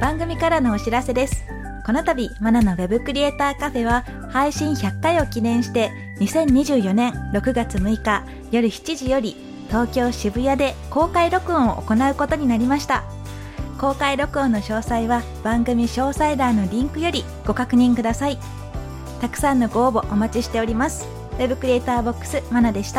番組からのお知らせです。この度マナのウェブクリエイターカフェは配信100回を記念して2024年6月6日夜7時より東京渋谷で公開録音を行うことになりました。公開録音の詳細は番組詳細欄のリンクよりご確認ください。たくさんのご応募お待ちしております。ウェブクリエイターボックスマナでした。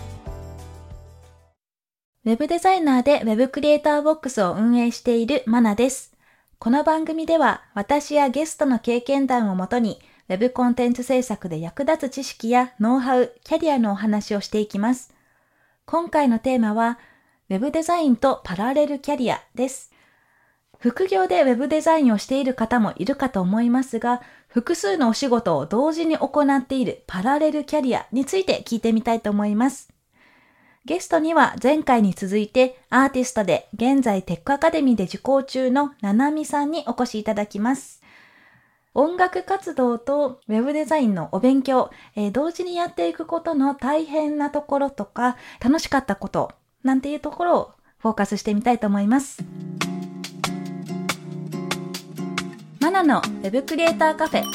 ウェブデザイナーでウェブクリエイターボックスを運営しているマナです。この番組では私やゲストの経験談をもとにウェブコンテンツ制作で役立つ知識やノウハウ、キャリアのお話をしていきます。今回のテーマはウェブデザインとパラレルキャリアです。副業でウェブデザインをしている方もいるかと思いますが、複数のお仕事を同時に行っているパラレルキャリアについて聞いてみたいと思います。ゲストには前回に続いてアーティストで現在テックアカデミーで受講中のななみさんにお越しいただきます。音楽活動とウェブデザインのお勉強、同時にやっていくことの大変なところとか楽しかったことなんていうところをフォーカスしてみたいと思います。マナのウェブクリエイターカフェ。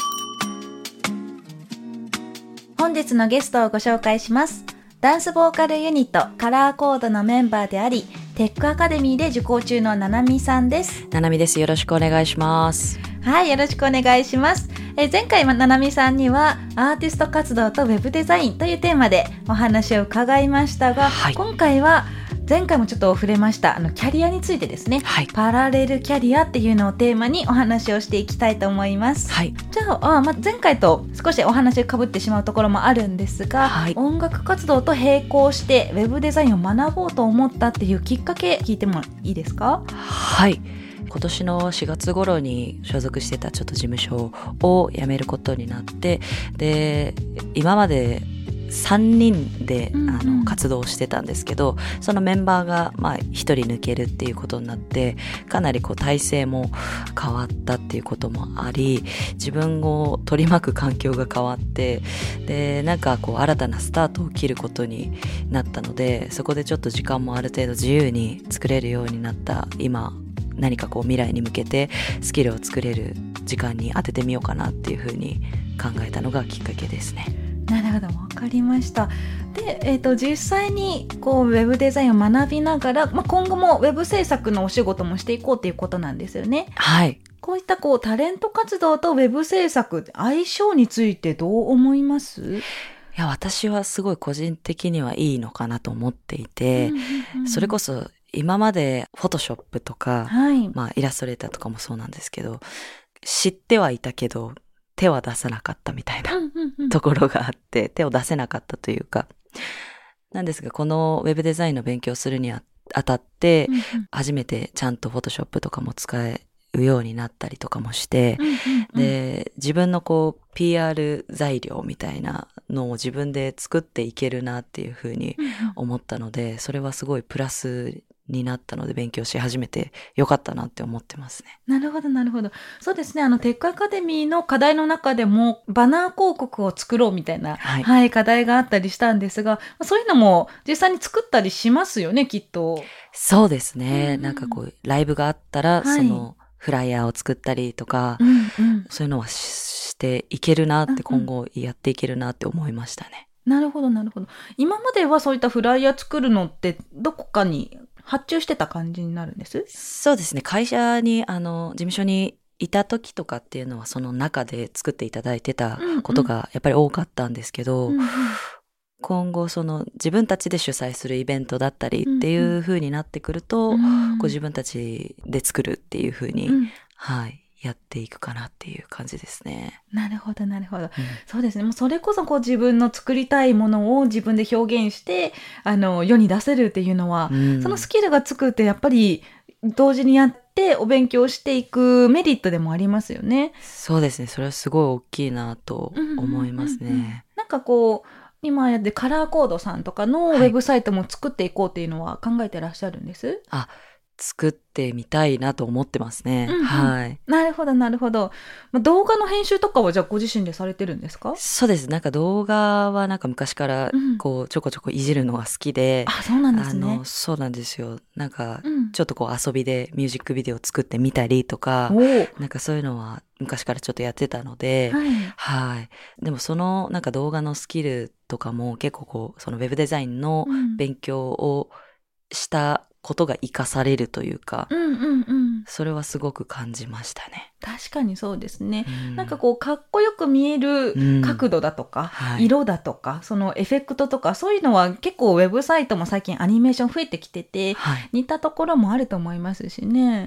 本日のゲストをご紹介します。ダンスボーカルユニットカラーコードのメンバーであり、テックアカデミーで受講中のななみさんです。 ななみです。よろしくお願いします。 はい、よろしくお願いします。前回ななみさんにはアーティスト活動とウェブデザインというテーマでお話を伺いましたが、 はい、 今回は前回もちょっと触れましたキャリアについてですね、 はい、 パラレルキャリアっていうのをテーマにお話をしていきたいと思います。 はい、 じゃあ、前回と少しお話が被ってしまうところもあるんですが、 はい、 音楽活動と並行してウェブデザインを学ぼうと思ったっていうきっかけ聞いてもいいですか？ はい、今年の4月頃に所属してたちょっと事務所を辞めることになって、で今まで3人で、活動してたんですけど、そのメンバーが1人抜けるっていうことになって、かなり体制も変わったっていうこともあり、自分を取り巻く環境が変わって、で新たなスタートを切ることになったので、そこでちょっと時間もある程度自由に作れるようになった今、何か未来に向けてスキルを作れる時間に当ててみようかなっていうふうに考えたのがきっかけですね。 なるほど、わかりました。で、実際にウェブデザインを学びながら、今後もウェブ制作のお仕事もしていこうということなんですよね。 はい。 こういったタレント活動とウェブ制作相性についてどう思います？ いや、私はすごい個人的にはいいのかなと思っていて、それこそ今までフォトショップとか、 はい、 イラストレーターとかもそうなんですけど、知ってはいたけど手は出さなかったみたいなところがあって、手を出せなかったというかなんですが、このウェブデザインの勉強するにあたって、初めてちゃんとフォトショップとかも使えるようになったりとかもして、で自分のPR 材料みたいなのを自分で作っていけるなっていうふうに思ったので、それはすごいプラスになったので、勉強し始めてよかったなって思ってますね。 なるほどなるほど。そうですね、テックアカデミーの課題の中でもバナー広告を作ろうみたいな、課題があったりしたんですが、そういうのも実際に作ったりしますよね、きっと。 そうですね、ライブがあったら、そのフライヤーを作ったりとか、そういうのはしていけるなって、今後やっていけるなって思いましたね。 なるほどなるほど。今まではそういったフライヤー作るのってどこかに発注してた感じになるんです？ そうですね。会社に事務所にいた時とかっていうのは、その中で作っていただいてたことがやっぱり多かったんですけど、今後自分たちで主催するイベントだったりっていう風になってくると、自分たちで作るっていう風に、やっていくかなっていう感じですね。 なるほどなるほど、そうですね。もうそれこそ自分の作りたいものを自分で表現して世に出せるっていうのは、そのスキルがつくってやっぱり同時にやってお勉強していくメリットでもありますよね。 そうですね。それはすごい大きいなと思いますね。 今やってカラーコードさんとかのウェブサイトも作っていこうっていうのは考えてらっしゃるんです？ 作ってみたいなと思ってますね。 うんうん、 はい。 なるほどなるほど。動画の編集とかはじゃあご自身でされてるんですか？ そうです。なんか動画はなんか昔からうん、 こうちょこちょこいじるのが好きで、 あ、そうなんですね。 そうなんですよ。なんかうん、 ちょっとこう遊びでミュージックビデオ作ってみたりとか、 おー、 なんかそういうのは昔からちょっとやってたので、 はい、 はい。でもそのなんか動画のスキルとかも結構こう、そのウェブデザインのうん、 勉強をしたことが活かされるというか、 うんうんうん。 それはすごく感じましたね。 確かにそうですね。 うんなんかこうかっこよく見える角度だとか、 はい。 色だとか、そのエフェクトとか、そういうのは結構ウェブサイトも最近アニメーション増えてきてて、 はい。 似たところもあると思いますしね。 うん。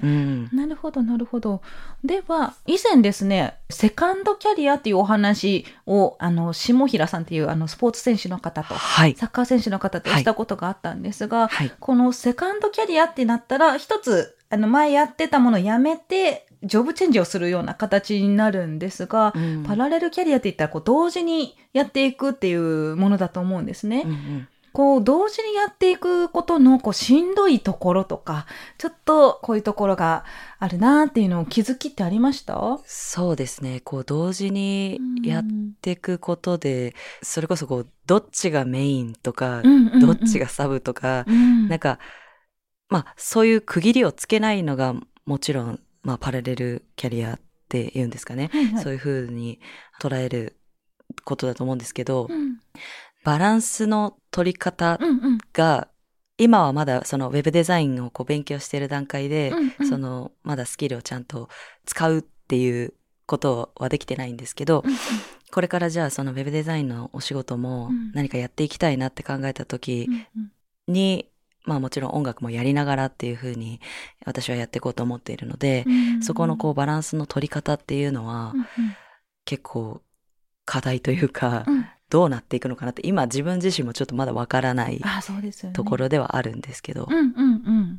なるほど、なるほど。では、以前ですね、セカンドキャリアっていうお話を、下平さんっていうスポーツ選手の方と、 はい。 サッカー選手の方としたことがあったんですが、 はい。 このセカンドキャリアってなったら、一つ、前やってたものをやめて、ジョブチェンジをするような形になるんですが、 うんパラレルキャリアって言ったら、こう、同時にやっていくっていうものだと思うんですね。 うんうん。 こう、同時にやっていくことの、こう、しんどいところとか、ちょっとこういうところがあるなっていうのを気づきってありました？ そうですね。こう同時にやっていくことで、それこそこうどっちがメインとか、どっちがサブとか、なんかまあそういう区切りをつけないのがもちろん、まあパラレルキャリアって言うんですかね。 はいはい、 そういう風に捉えることだと思うんですけど、 うんバランスの取り方うんうんが、今はまだそのウェブデザインをこう勉強している段階で、 うんうんそのまだスキルをちゃんと使うっていうことはできてないんですけど、 うんうんこれからじゃあそのウェブデザインのお仕事もうん何かやっていきたいなって考えた時うんうんに、まあもちろん音楽もやりながらっていう風に私はやっていこうと思っているので、 うんそこのこうバランスの取り方っていうのはうん結構課題というか、 うん、 どうなっていくのかなって今自分自身もちょっとまだわからないあ、そうですよね。 ところではあるんですけど。 うんうんうん。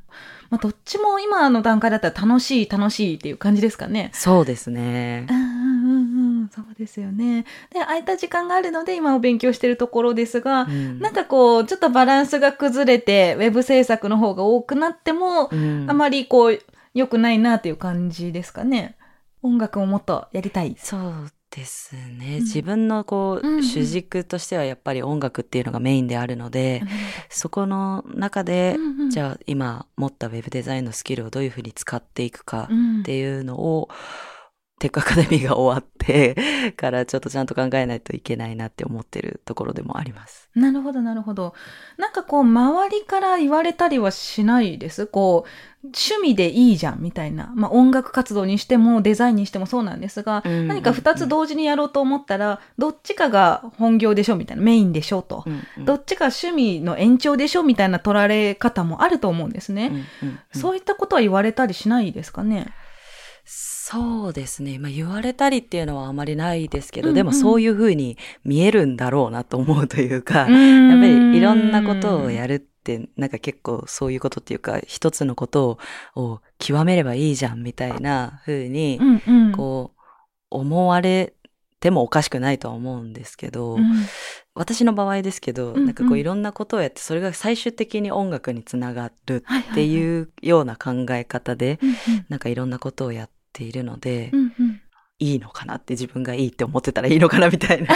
まあ、どっちも今の段階だったら楽しい楽しいっていう感じですかね。 そうですねう。んうんうんうん、そうですよね。で、空いた時間があるので今お勉強してるところですが、なんかこう、ちょっとバランスが崩れて、ウェブ制作の方が多くなっても、あまりこう、良くないなっていう感じですかね。音楽をもっとやりたい。 そうですね。自分のこう、主軸としてはやっぱり音楽っていうのがメインであるので、そこの中で、じゃあ今持ったウェブデザインのスキルをどういうふうに使っていくかっていうのを、テックアカデミーが終わってからちょっとちゃんと考えないといけないなって思ってるところでもあります。 なるほど、なるほど。なんかこう、周りから言われたりはしないです？こう、趣味でいいじゃんみたいな。まあ音楽活動にしてもデザインにしてもそうなんですが、何か二つ同時にやろうと思ったら、どっちかが本業でしょみたいな、メインでしょと。どっちか趣味の延長でしょみたいな取られ方もあると思うんですね。そういったことは言われたりしないですかね？ そうですね。まあ言われたりっていうのはあまりないですけど、でもそういうふうに見えるんだろうなと思うというか、やっぱりいろんなことをやるって、なんか結構そういうことっていうか、一つのことを極めればいいじゃんみたいなふうに、こう思われてもおかしくないとは思うんですけど、私の場合ですけど、なんかこういろんなことをやって、それが最終的に音楽につながるっていうような考え方で、なんかいろんなことをやっているので、いいのかなって、自分がいいって思ってたらいいのかなみたいな。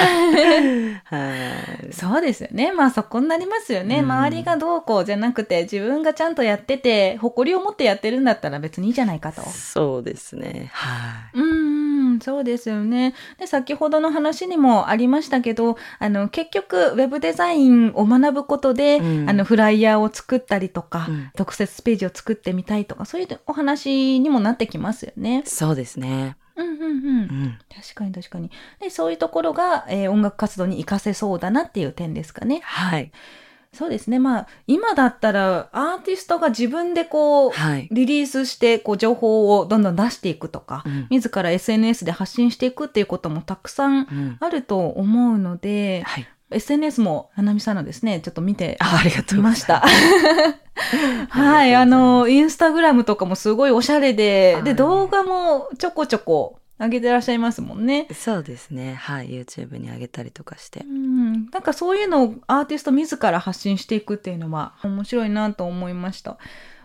そうですよね。まあそこになりますよね。周りがどうこうじゃなくて、自分がちゃんとやってて、誇りを持ってやってるんだったら別にいいじゃないかと。 そうですね。はい。 そうですよね。で、先ほどの話にもありましたけど、結局、ウェブデザインを学ぶことで、フライヤーを作ったりとか、特設ページを作ってみたいとか、そういうお話にもなってきますよね。 そうですね。 確かに確かに。で、そういうところが、音楽活動に活かせそうだなっていう点ですかね。 はい。 そうですね。まあ、今だったら、アーティストが自分でこう、リリースして、こう、情報をどんどん出していくとか、自ら SNS で発信していくっていうこともたくさんあると思うので、SNS も、ななみさんのですね、ちょっと見てみました。はい、インスタグラムとかもすごいおしゃれで、で、動画もちょこちょこ上げてらっしゃいますもんね。 そうですね。はい。YouTube に上げたりとかして。 なんかそういうのをアーティスト自ら発信していくっていうのは面白いなと思いました。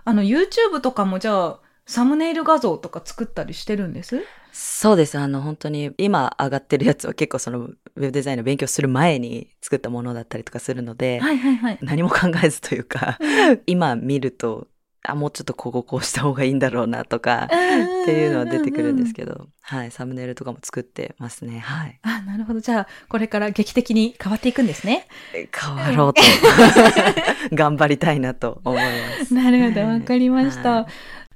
YouTube とかもじゃあ、サムネイル画像とか作ったりしてるんです？ そうです。本当に今上がってるやつは結構そのウェブデザインの勉強する前に作ったものだったりとかするので、 はいはいはい。 何も考えずというか、今見ると、もうちょっとこうした方がいいんだろうなとか、っていうのは出てくるんですけど、はい、サムネイルとかも作ってますね。はい。 なるほど。じゃあ、これから劇的に変わっていくんですね。 変わろうと、頑張りたいなと思います。 なるほど、わかりました。 はい、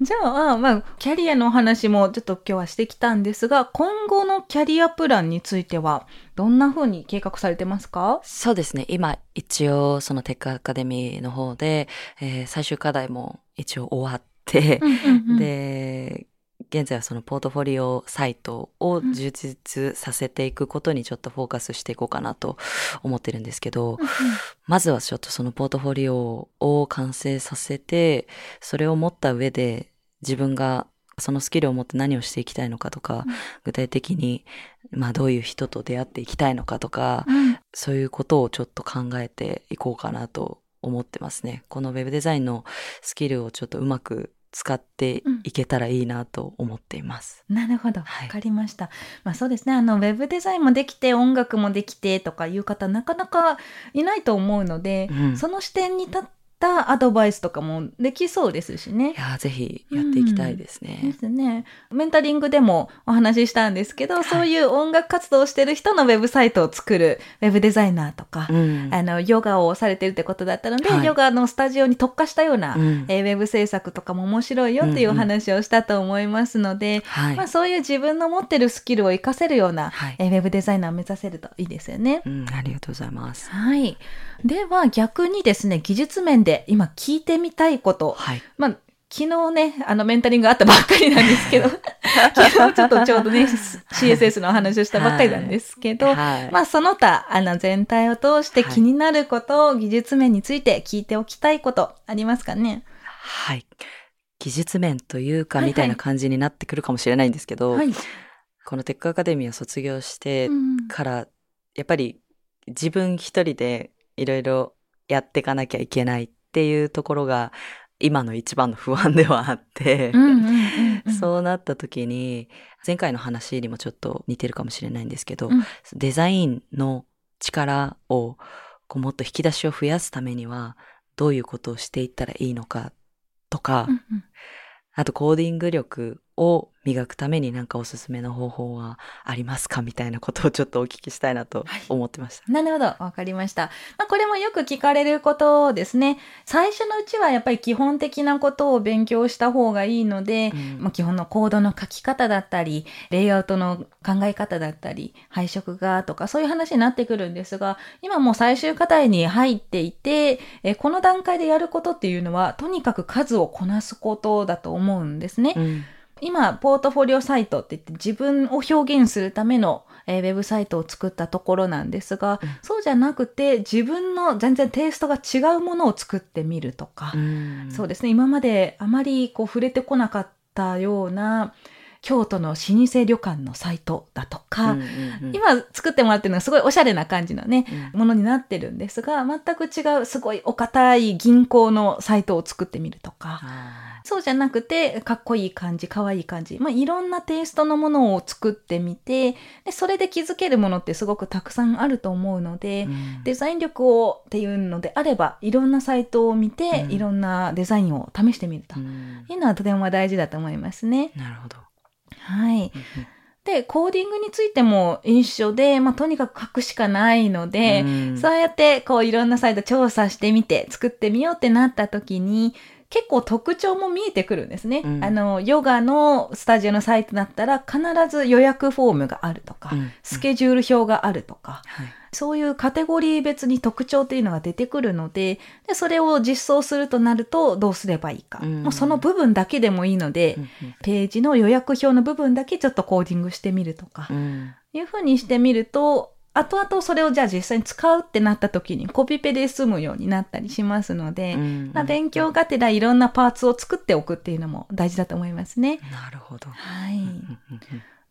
じゃあ、キャリアのお話もちょっと今日はしてきたんですが、今後のキャリアプランについては、どんな風に計画されてますか？ そうですね。今、一応、そのテックアカデミーの方で、最終課題も一応終わって、で、現在はそのポートフォリオサイトを充実させていくことにちょっとフォーカスしていこうかなと思ってるんですけど、まずはちょっとそのポートフォリオを完成させて、それを持った上で自分がそのスキルを持って何をしていきたいのかとか、具体的にどういう人と出会っていきたいのかとか、そういうことをちょっと考えていこうかなと思ってますね。このウェブデザインのスキルをちょっとうまく使っていけたらいいなと思っています。 なるほど。わかりました。そうですね。ウェブデザインもできて音楽もできてとかいう方なかなかいないと思うので、その視点に立ったアドバイスとかもできそうですしね。 いや、ぜひやっていきたいですね。 ですね。メンタリングでもお話ししたんですけど、そういう音楽活動をしてる人のウェブサイトを作るウェブデザイナーとか、ヨガをされてるってことだったので、ヨガのスタジオに特化したような、ウェブ制作とかも面白いよっていうお話をしたと思いますので、そういう自分の持ってるスキルを活かせるような、ウェブデザイナーを目指せるといいですよね。 ありがとうございます。 はい。では逆にですね、技術面で今聞いてみたいこと。昨日ね、メンタリングあったばっかりなんですけど、昨日ちょうどね、CSS の話をしたばっかりなんですけど、その他、全体を通して気になること、技術面について聞いておきたいことありますかね？ はい。技術面というか、みたいな感じになってくるかもしれないんですけど、このテックアカデミーを卒業してから、やっぱり自分一人でいろいろやっていかなきゃいけないっていうところが今の一番の不安ではあって、そうなった時に前回の話にもちょっと似てるかもしれないんですけど、デザインの力をもっと引き出しを増やすためにはどういうことをしていったらいいのかとか、あとコーディング力を磨くためにおすすめの方法はありますかみたいなことをちょっとお聞きしたいなと思ってました。 なるほど。わかりました。これもよく聞かれることですね。最初のうちはやっぱり基本的なことを勉強した方がいいので、基本のコードの書き方だったり、レイアウトの考え方だったり、配色がとかそういう話になってくるんですが、今もう最終課題に入っていて、この段階でやることっていうのは、とにかく数をこなすことだと思うんですね。今、ポートフォリオサイトって言って自分を表現するための、ウェブサイトを作ったところなんですが、そうじゃなくて自分の全然テイストが違うものを作ってみるとか、そうですね、今まであまり触れてこなかったような京都の老舗旅館のサイトだとか、今作ってもらってるのがすごいおしゃれな感じのね、ものになってるんですが、全く違うすごいお堅い銀行のサイトを作ってみるとか、そうじゃなくてかっこいい感じ、かわいい感じ、いろんなテイストのものを作ってみて、でそれで気づけるものってすごくたくさんあると思うので、デザイン力をっていうのであれば、いろんなサイトを見て、いろんなデザインを試してみるというのはとても大事だと思いますね。 なるほど。 はい。で、コーディングについても一緒で、とにかく書くしかないので、そうやっていろんなサイト調査してみて作ってみようってなった時に、結構特徴も見えてくるんですね。ヨガのスタジオのサイトだったら必ず予約フォームがあるとか、スケジュール表があるとか、そういうカテゴリー別に特徴っていうのが出てくるので、それを実装するとなるとどうすればいいか。もうその部分だけでもいいので、ページの予約表の部分だけちょっとコーディングしてみるとか、いうふうにしてみると、後々それをじゃあ実際に使うってなった時にコピペで済むようになったりしますので、勉強がてらいろんなパーツを作っておくっていうのも大事だと思いますね。 なるほど。 はい。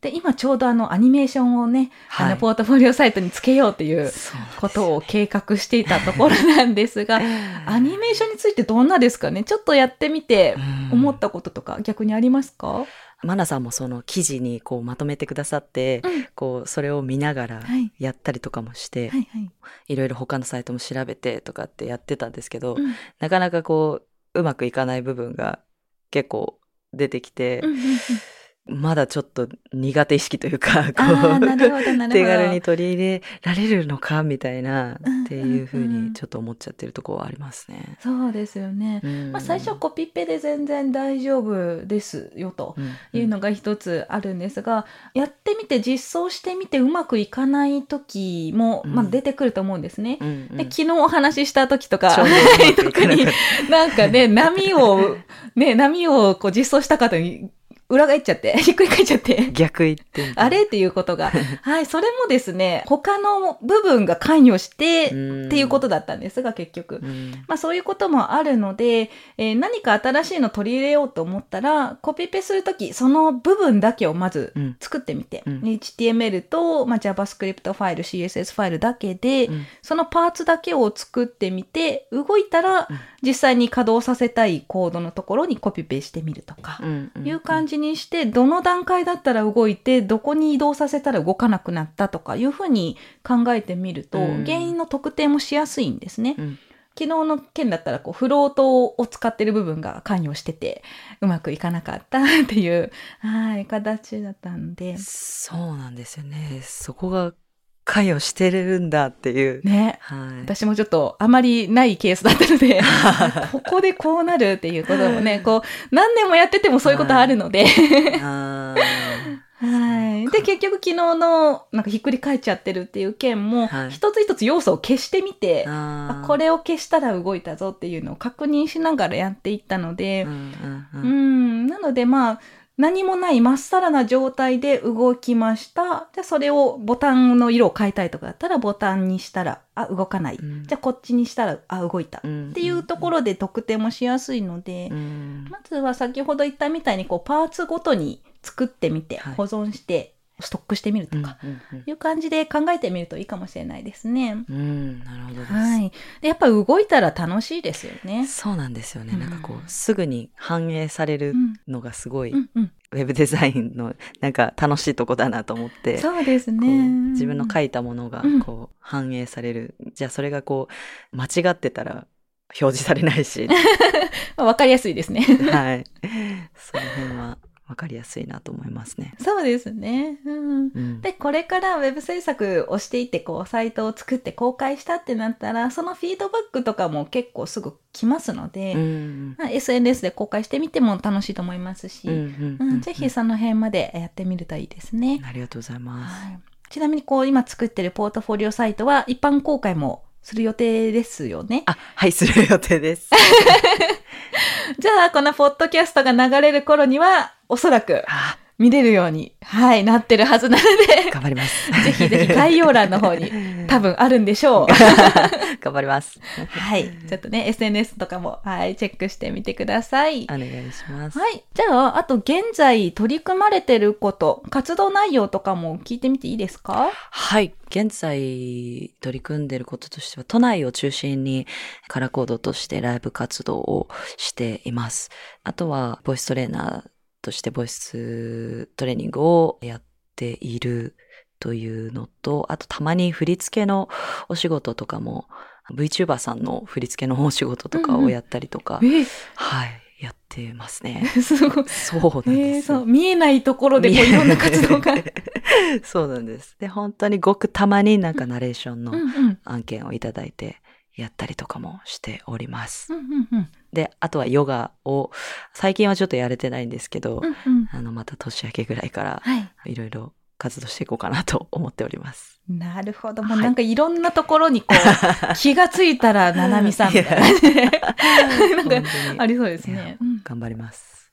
で、今ちょうどアニメーションをね、 はい、 ポートフォリオサイトにつけようっていうことを計画していたところなんですが、アニメーションについてどんなですかね？ちょっとやってみて思ったこととか逆にありますか？ マナさんもその記事にこうまとめてくださって、こうそれを見ながらやったりとかもして、いろいろ他のサイトも調べてとかってやってたんですけど、なかなかこううまくいかない部分が結構出てきて、まだちょっと苦手意識というか、こう手軽に取り入れられるのかみたいなっていうふうにちょっと思っちゃってるところはありますね。 そうですよね。最初コピペで全然大丈夫ですよというのが一つあるんですが、やってみて実装してみてうまくいかない時も、出てくると思うんですね。で、昨日お話しした時とか特になんかね、波をこう実装した方に裏返っちゃって、ひっくり返っちゃって。 逆言ってあれっていうことが。はい、それもですね、他の部分が関与してっていうことだったんですが、結局。そういうこともあるので、何か新しいの取り入れようと思ったら、コピペするとき、その部分だけをまず作ってみて、HTML と、JavaScript ファイル、CSS ファイルだけで、そのパーツだけを作ってみて、動いたら、実際に稼働させたいコードのところにコピペしてみるとか、いう感じにして、どの段階だったら動いて、どこに移動させたら動かなくなったとかいうふうに考えてみると、原因の特定もしやすいんですね。昨日の件だったらフロートを使ってる部分が関与してて、うまくいかなかったっていう、形だったんで。 そうなんですよね。そこが関与してるんだっていう。 ね。私もちょっとあまりないケースだったので、ここでこうなるっていうこともね、何年もやっててもそういうことあるので。で、結局昨日のなんかひっくり返っちゃってるっていう件も、一つ一つ要素を消してみて、これを消したら動いたぞっていうのを確認しながらやっていったので、なので何もないまっさらな状態で動きました。じゃあそれをボタンの色を変えたいとかだったらボタンにしたら、動かない。じゃあこっちにしたら、動いた。っていうところで特定もしやすいので、まずは先ほど言ったみたいにパーツごとに作ってみて、保存して、ストックしてみるとか、いう感じで考えてみるといいかもしれないですね。 なるほどです。 で、やっぱり動いたら楽しいですよね。 そうなんですよね。なんかすぐに反映されるのがすごい、ウェブデザインのなんか楽しいとこだなと思って。 そうですね。 自分の書いたものが反映される。じゃあそれが間違ってたら表示されないし。 わかりやすいですね。 はい。その辺は。わかりやすいなと思いますね。 そうですね。で、これからウェブ制作をしていって、サイトを作って公開したってなったら、そのフィードバックとかも結構すぐ来ますので、SNS で公開してみても楽しいと思いますし、ぜひその辺までやってみるといいですね。 ありがとうございます。 ちなみに今作ってるポートフォリオサイトは一般公開もする予定ですよね。 はい、する予定です。 じゃあ、このポッドキャストが流れる頃には、おそらく見れるように、なってるはずなので。 頑張ります。 ぜひぜひ概要欄の方に多分あるんでしょう。 頑張ります。 ちょっとね、SNS とかも、チェックしてみてください。 お願いします。 じゃあ、あと現在取り組まれてること、活動内容とかも聞いてみていいですか？ 現在取り組んでることとしては、都内を中心にカラーコードとしてライブ活動をしています。あとは、ボイストレーナーとしてボイストレーニングをやっているというのと、あとたまに振り付けのお仕事とかも、VTuber さんの振り付けのお仕事とかをやったりとか、やってますね。 すごい。 そうなんです。 見えないところでいろんな活動が。 そうなんです。で、本当にごくたまになんかナレーションの案件をいただいてやったりとかもしております。で、あとはヨガを、最近はちょっとやれてないんですけど、また年明けぐらいからいろいろ活動していこうかなと思っております。 なるほど。もうなんかいろんなところに気がついたらななみさんみたいな。なんかありそうですね。 頑張ります。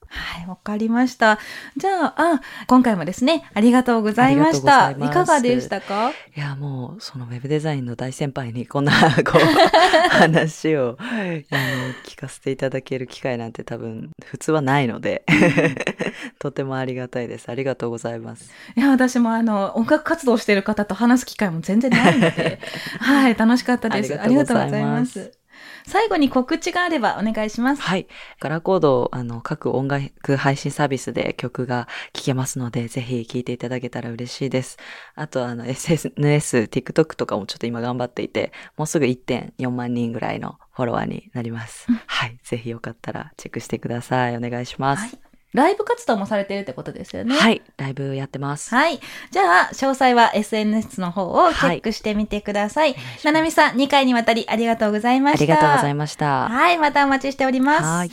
はい、わかりました。じゃあ、今回もですね、ありがとうございました。 ありがとうございます。 いかがでしたか？ いや、もう、そのウェブデザインの大先輩にこんな、話を、聞かせていただける機会なんて多分、普通はないので、とてもありがたいです。ありがとうございます。 いや、私も音楽活動している方と話す機会も全然ないので、はい、楽しかったです。ありがとうございます。最後に告知があればお願いします。 はい。ガラコード、各音楽配信サービスで曲が聴けますので、ぜひ聴いていただけたら嬉しいです。あと、SNS、TikTok とかもちょっと今頑張っていて、もうすぐ 1.4 万人ぐらいのフォロワーになります。はい。ぜひよかったらチェックしてください。お願いします。 はい。ライブ活動もされてるってことですよね。 はい。ライブやってます。 はい。じゃあ、詳細は SNS の方をチェックしてみてください。ななみさん、2回にわたりありがとうございました。 ありがとうございました。 はい。またお待ちしております。 はい。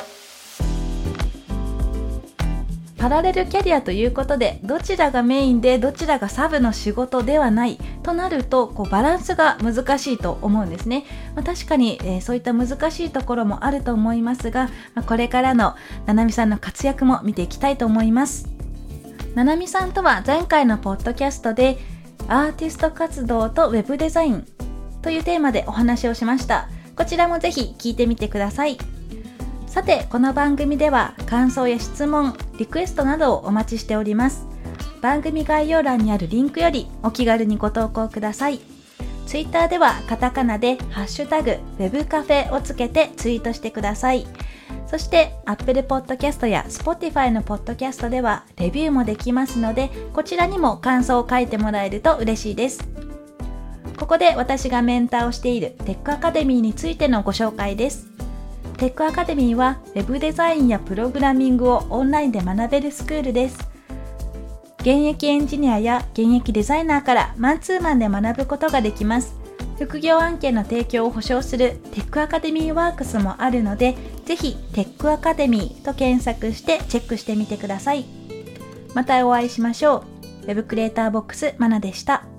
パラレルキャリアということで、どちらがメインでどちらがサブの仕事ではないとなると、バランスが難しいと思うんですね。確かに、そういった難しいところもあると思いますが、これからのななみさんの活躍も見ていきたいと思います。ななみさんとは前回のポッドキャストで、アーティスト活動とウェブデザインというテーマでお話をしました。こちらもぜひ聞いてみてください。さて、この番組では感想や質問、リクエストなどをお待ちしております。番組概要欄にあるリンクよりお気軽にご投稿ください。ツイッターではカタカナでハッシュタグ webcafe をつけてツイートしてください。そして Apple Podcast や Spotify のポッドキャストではレビューもできますので、こちらにも感想を書いてもらえると嬉しいです。ここで私がメンターをしているテックアカデミーについてのご紹介です。テックアカデミーはウェブデザインやプログラミングをオンラインで学べるスクールです。現役エンジニアや現役デザイナーからマンツーマンで学ぶことができます。副業案件の提供を保証するテックアカデミーワークスもあるので、ぜひテックアカデミーと検索してチェックしてみてください。またお会いしましょう。ウェブクリエイターボックスマナでした。